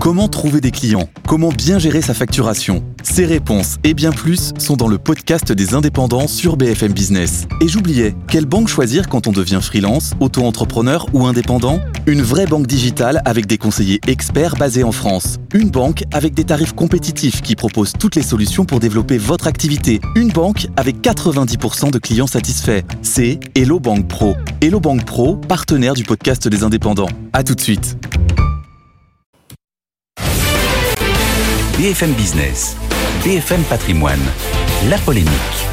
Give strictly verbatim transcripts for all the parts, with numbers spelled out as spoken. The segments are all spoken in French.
Comment trouver des clients ? Comment bien gérer sa facturation ? Ces réponses et bien plus sont dans le podcast des indépendants sur B F M Business. Et j'oubliais, quelle banque choisir quand on devient freelance, auto-entrepreneur ou indépendant ? Une vraie banque digitale avec des conseillers experts basés en France. Une banque avec des tarifs compétitifs qui propose toutes les solutions pour développer votre activité. Une banque avec quatre-vingt-dix pour cent de clients satisfaits. C'est Hello Bank Pro. Hello Bank Pro, partenaire du podcast des indépendants. À tout de suite. B F M Business, B F M Patrimoine, la polémique.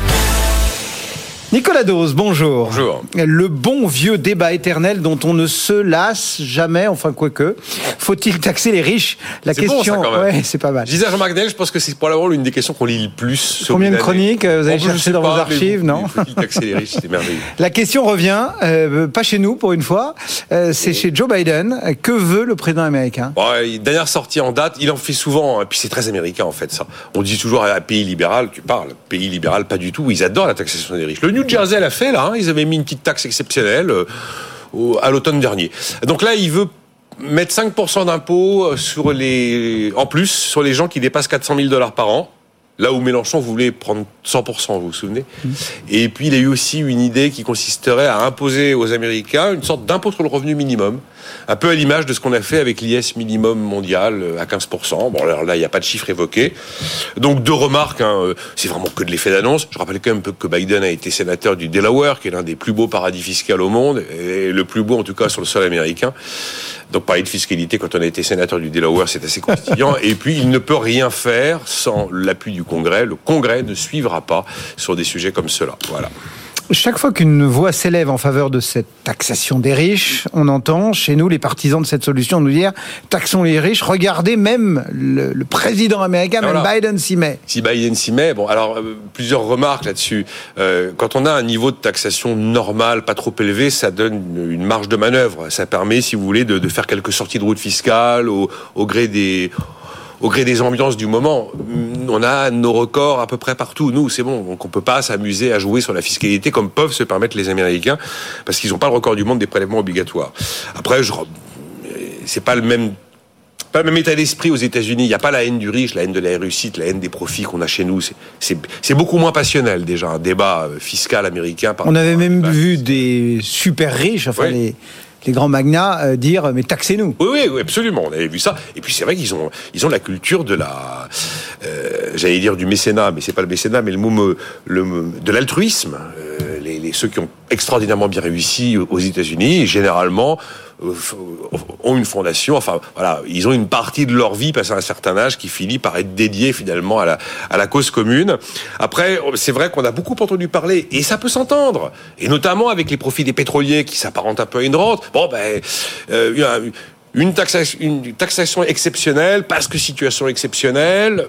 Nicolas Dose, bonjour. Bonjour. Le bon vieux débat éternel dont on ne se lasse jamais, enfin quoique. Faut-il taxer les riches ? La c'est question, bon, ça, quand même. ouais, c'est pas mal. Je disais à Jean-Marc Daniel, je pense que c'est probablement l'une des questions qu'on lit le plus. Combien de chroniques vous avez bon, cherché dans pas, vos archives, non ? Faut-il taxer les riches, c'est merveilleux. La question revient, euh, pas chez nous pour une fois, euh, c'est chez Joe Biden. Que veut le président américain ? Bon, dernière sortie en date, il en fait souvent, et puis c'est très américain en fait ça. On dit toujours à un pays libéral, tu parles, pays libéral, pas du tout, ils adorent la taxation des riches. Le New Jersey l'a fait là, hein, ils avaient mis une petite taxe exceptionnelle euh, au, à l'automne dernier. Donc là, il veut mettre cinq pour cent d'impôts sur les, en plus sur les gens qui dépassent quatre cent mille dollars par an. Là où Mélenchon voulait prendre cent pour cent, vous vous souvenez ? Mmh. Et puis, il y a eu aussi une idée qui consisterait à imposer aux Américains une sorte d'impôt sur le revenu minimum, un peu à l'image de ce qu'on a fait avec l'I S minimum mondial à quinze pour cent. Bon, alors là, il n'y a pas de chiffre évoqué. Donc, deux remarques. Hein, c'est vraiment que de l'effet d'annonce. Je rappelle quand même que Biden a été sénateur du Delaware, qui est l'un des plus beaux paradis fiscaux au monde, et le plus beau, en tout cas, sur le sol américain. Donc, parler de fiscalité quand on a été sénateur du Delaware, c'est assez croustillant. Et puis, il ne peut rien faire sans l'appui du Congrès. Le Congrès ne suivra pas sur des sujets comme cela. Voilà. Chaque fois qu'une voix s'élève en faveur de cette taxation des riches, on entend chez nous les partisans de cette solution nous dire « taxons les riches ». Regardez, même le, le président américain, même voilà. Biden s'y met. Si Biden s'y met, bon, alors euh, plusieurs remarques là-dessus. Euh, quand on a un niveau de taxation normal, pas trop élevé, ça donne une, une marge de manœuvre. Ça permet, si vous voulez, de, de faire quelques sorties de route fiscale au, au gré des... Au gré des ambiances du moment, on a nos records à peu près partout. Nous, c'est bon, donc on peut pas s'amuser à jouer sur la fiscalité comme peuvent se permettre les Américains, parce qu'ils n'ont pas le record du monde des prélèvements obligatoires. Après, je, c'est pas le même, pas le même état d'esprit aux États-Unis. Il n'y a pas la haine du riche, la haine de la réussite, la haine des profits qu'on a chez nous. C'est, c'est, c'est beaucoup moins passionnel déjà, un débat fiscal américain. Par on avait même vu des super riches, enfin oui. les. les grands magnats euh, dire mais taxez-nous. Oui, oui, oui, absolument. On avait vu ça. Et puis c'est vrai qu'ils ont, ils ont la culture de la, euh, j'allais dire du mécénat, mais c'est pas le mécénat, mais le mot, le, de l'altruisme. Euh, les, les ceux qui ont extraordinairement bien réussi aux États-Unis, généralement euh, ont une fondation. Enfin, voilà, ils ont une partie de leur vie passé à un certain âge qui finit par être dédiée finalement à la, à la cause commune. Après, c'est vrai qu'on a beaucoup entendu parler, et ça peut s'entendre, et notamment avec les profits des pétroliers qui s'apparentent un peu à une rente. Bon, ben, euh, une, taxation, une taxation exceptionnelle, parce que situation exceptionnelle.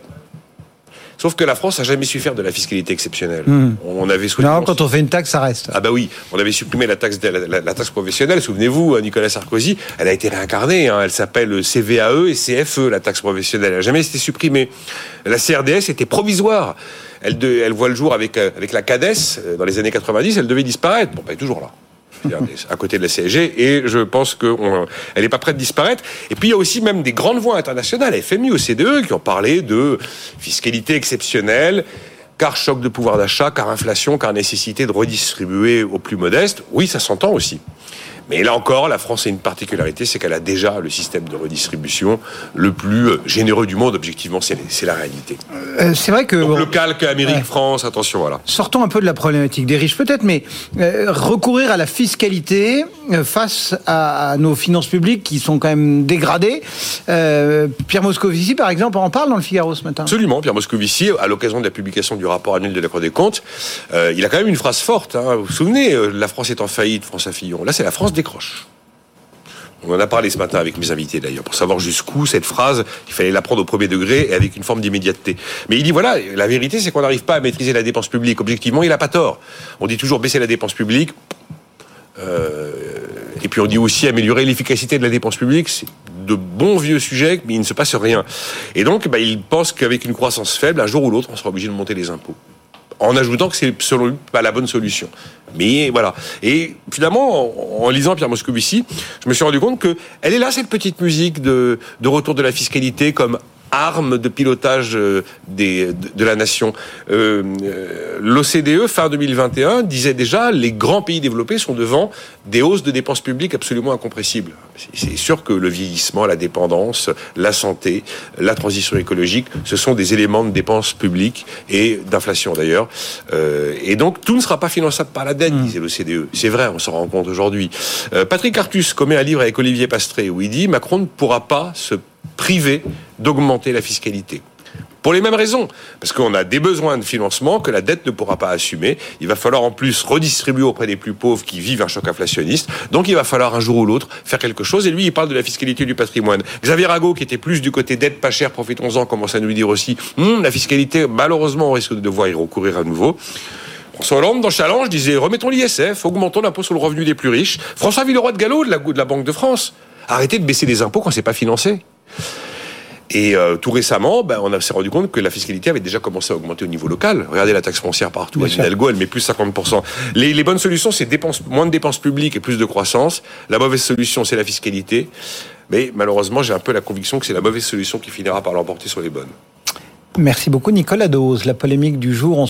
Sauf que la France n'a jamais su faire de la fiscalité exceptionnelle. Mmh. On avait non, quand on fait une taxe, ça reste. Ah bah oui, on avait supprimé la taxe, la, la, la taxe professionnelle. Souvenez-vous, Nicolas Sarkozy, elle a été réincarnée. Hein, elle s'appelle C V A E et C F E, la taxe professionnelle. Elle n'a jamais été supprimée. La C R D S était provisoire. Elle, de, elle voit le jour avec, avec la CADES dans les années quatre-vingt-dix. Elle devait disparaître. Bon, bah, elle est toujours là. À côté de la C S G, et je pense qu'elle n'est pas prête de disparaître. Et puis il y a aussi même des grandes voix internationales, F M I, O C D E, qui ont parlé de fiscalité exceptionnelle, car choc de pouvoir d'achat, car inflation, car nécessité de redistribuer aux plus modestes. Oui, ça s'entend aussi. Mais là encore, la France a une particularité, c'est qu'elle a déjà le système de redistribution le plus généreux du monde. Objectivement, c'est, c'est la réalité. Euh, c'est vrai que... Donc bon, le calque Amérique-France, ouais. Attention, voilà. Sortons un peu de la problématique des riches, peut-être, mais euh, recourir à la fiscalité euh, face à, à nos finances publiques qui sont quand même dégradées. Euh, Pierre Moscovici, par exemple, en parle dans le Figaro ce matin. Absolument. Pierre Moscovici, à l'occasion de la publication du rapport annuel de la Cour des comptes, euh, il a quand même une phrase forte. Hein. Vous vous souvenez, euh, la France est en faillite, François Fillon. Là, c'est la France décroche. On en a parlé ce matin avec mes invités d'ailleurs, pour savoir jusqu'où cette phrase, il fallait la prendre au premier degré et avec une forme d'immédiateté. Mais il dit voilà, la vérité c'est qu'on n'arrive pas à maîtriser la dépense publique. Objectivement, il n'a pas tort. On dit toujours baisser la dépense publique, euh, et puis on dit aussi améliorer l'efficacité de la dépense publique. C'est de bons vieux sujets, mais il ne se passe rien. Et donc, bah, il pense qu'avec une croissance faible, un jour ou l'autre, on sera obligé de monter les impôts. en ajoutant que c'est selon lui pas la bonne solution. Mais voilà. Et finalement, en, en lisant Pierre Moscovici, je me suis rendu compte que elle est là, cette petite musique de, de retour de la fiscalité comme arme de pilotage des, de, de la nation. Euh, L'O C D E, fin deux mille vingt et un, disait déjà les grands pays développés sont devant des hausses de dépenses publiques absolument incompressibles. C'est sûr que le vieillissement, la dépendance, la santé, la transition écologique, ce sont des éléments de dépenses publiques et d'inflation d'ailleurs. Euh, et donc tout ne sera pas finançable par la dette, mmh. disait l'O C D E. C'est vrai, on s'en rend compte aujourd'hui. Euh, Patrick Artus commet un livre avec Olivier Pastré où il dit Macron ne pourra pas se privé d'augmenter la fiscalité. Pour les mêmes raisons, parce qu'on a des besoins de financement que la dette ne pourra pas assumer. Il va falloir en plus redistribuer auprès des plus pauvres qui vivent un choc inflationniste. Donc il va falloir un jour ou l'autre faire quelque chose. Et lui, il parle de la fiscalité du patrimoine. Xavier Rago, qui était plus du côté dette pas chère, profitons-en, commence à nous dire aussi hm, la fiscalité, malheureusement, on risque de devoir y recourir à nouveau. François Hollande, dans le Challenge, disait remettons l'I S F, augmentons l'impôt sur le revenu des plus riches. François Villeroy de Galhau, de la, de la Banque de France, arrêtez de baisser les impôts quand c'est pas financé. Et euh, tout récemment, ben, on s'est rendu compte que la fiscalité avait déjà commencé à augmenter au niveau local. Regardez la taxe foncière partout. À Hidalgo, elle met plus cinquante pour cent. Les, les bonnes solutions, c'est dépenses, moins de dépenses publiques et plus de croissance. La mauvaise solution, c'est la fiscalité. Mais malheureusement, j'ai un peu la conviction que c'est la mauvaise solution qui finira par l'emporter sur les bonnes. Merci beaucoup, Nicolas Dose. La polémique du jour, on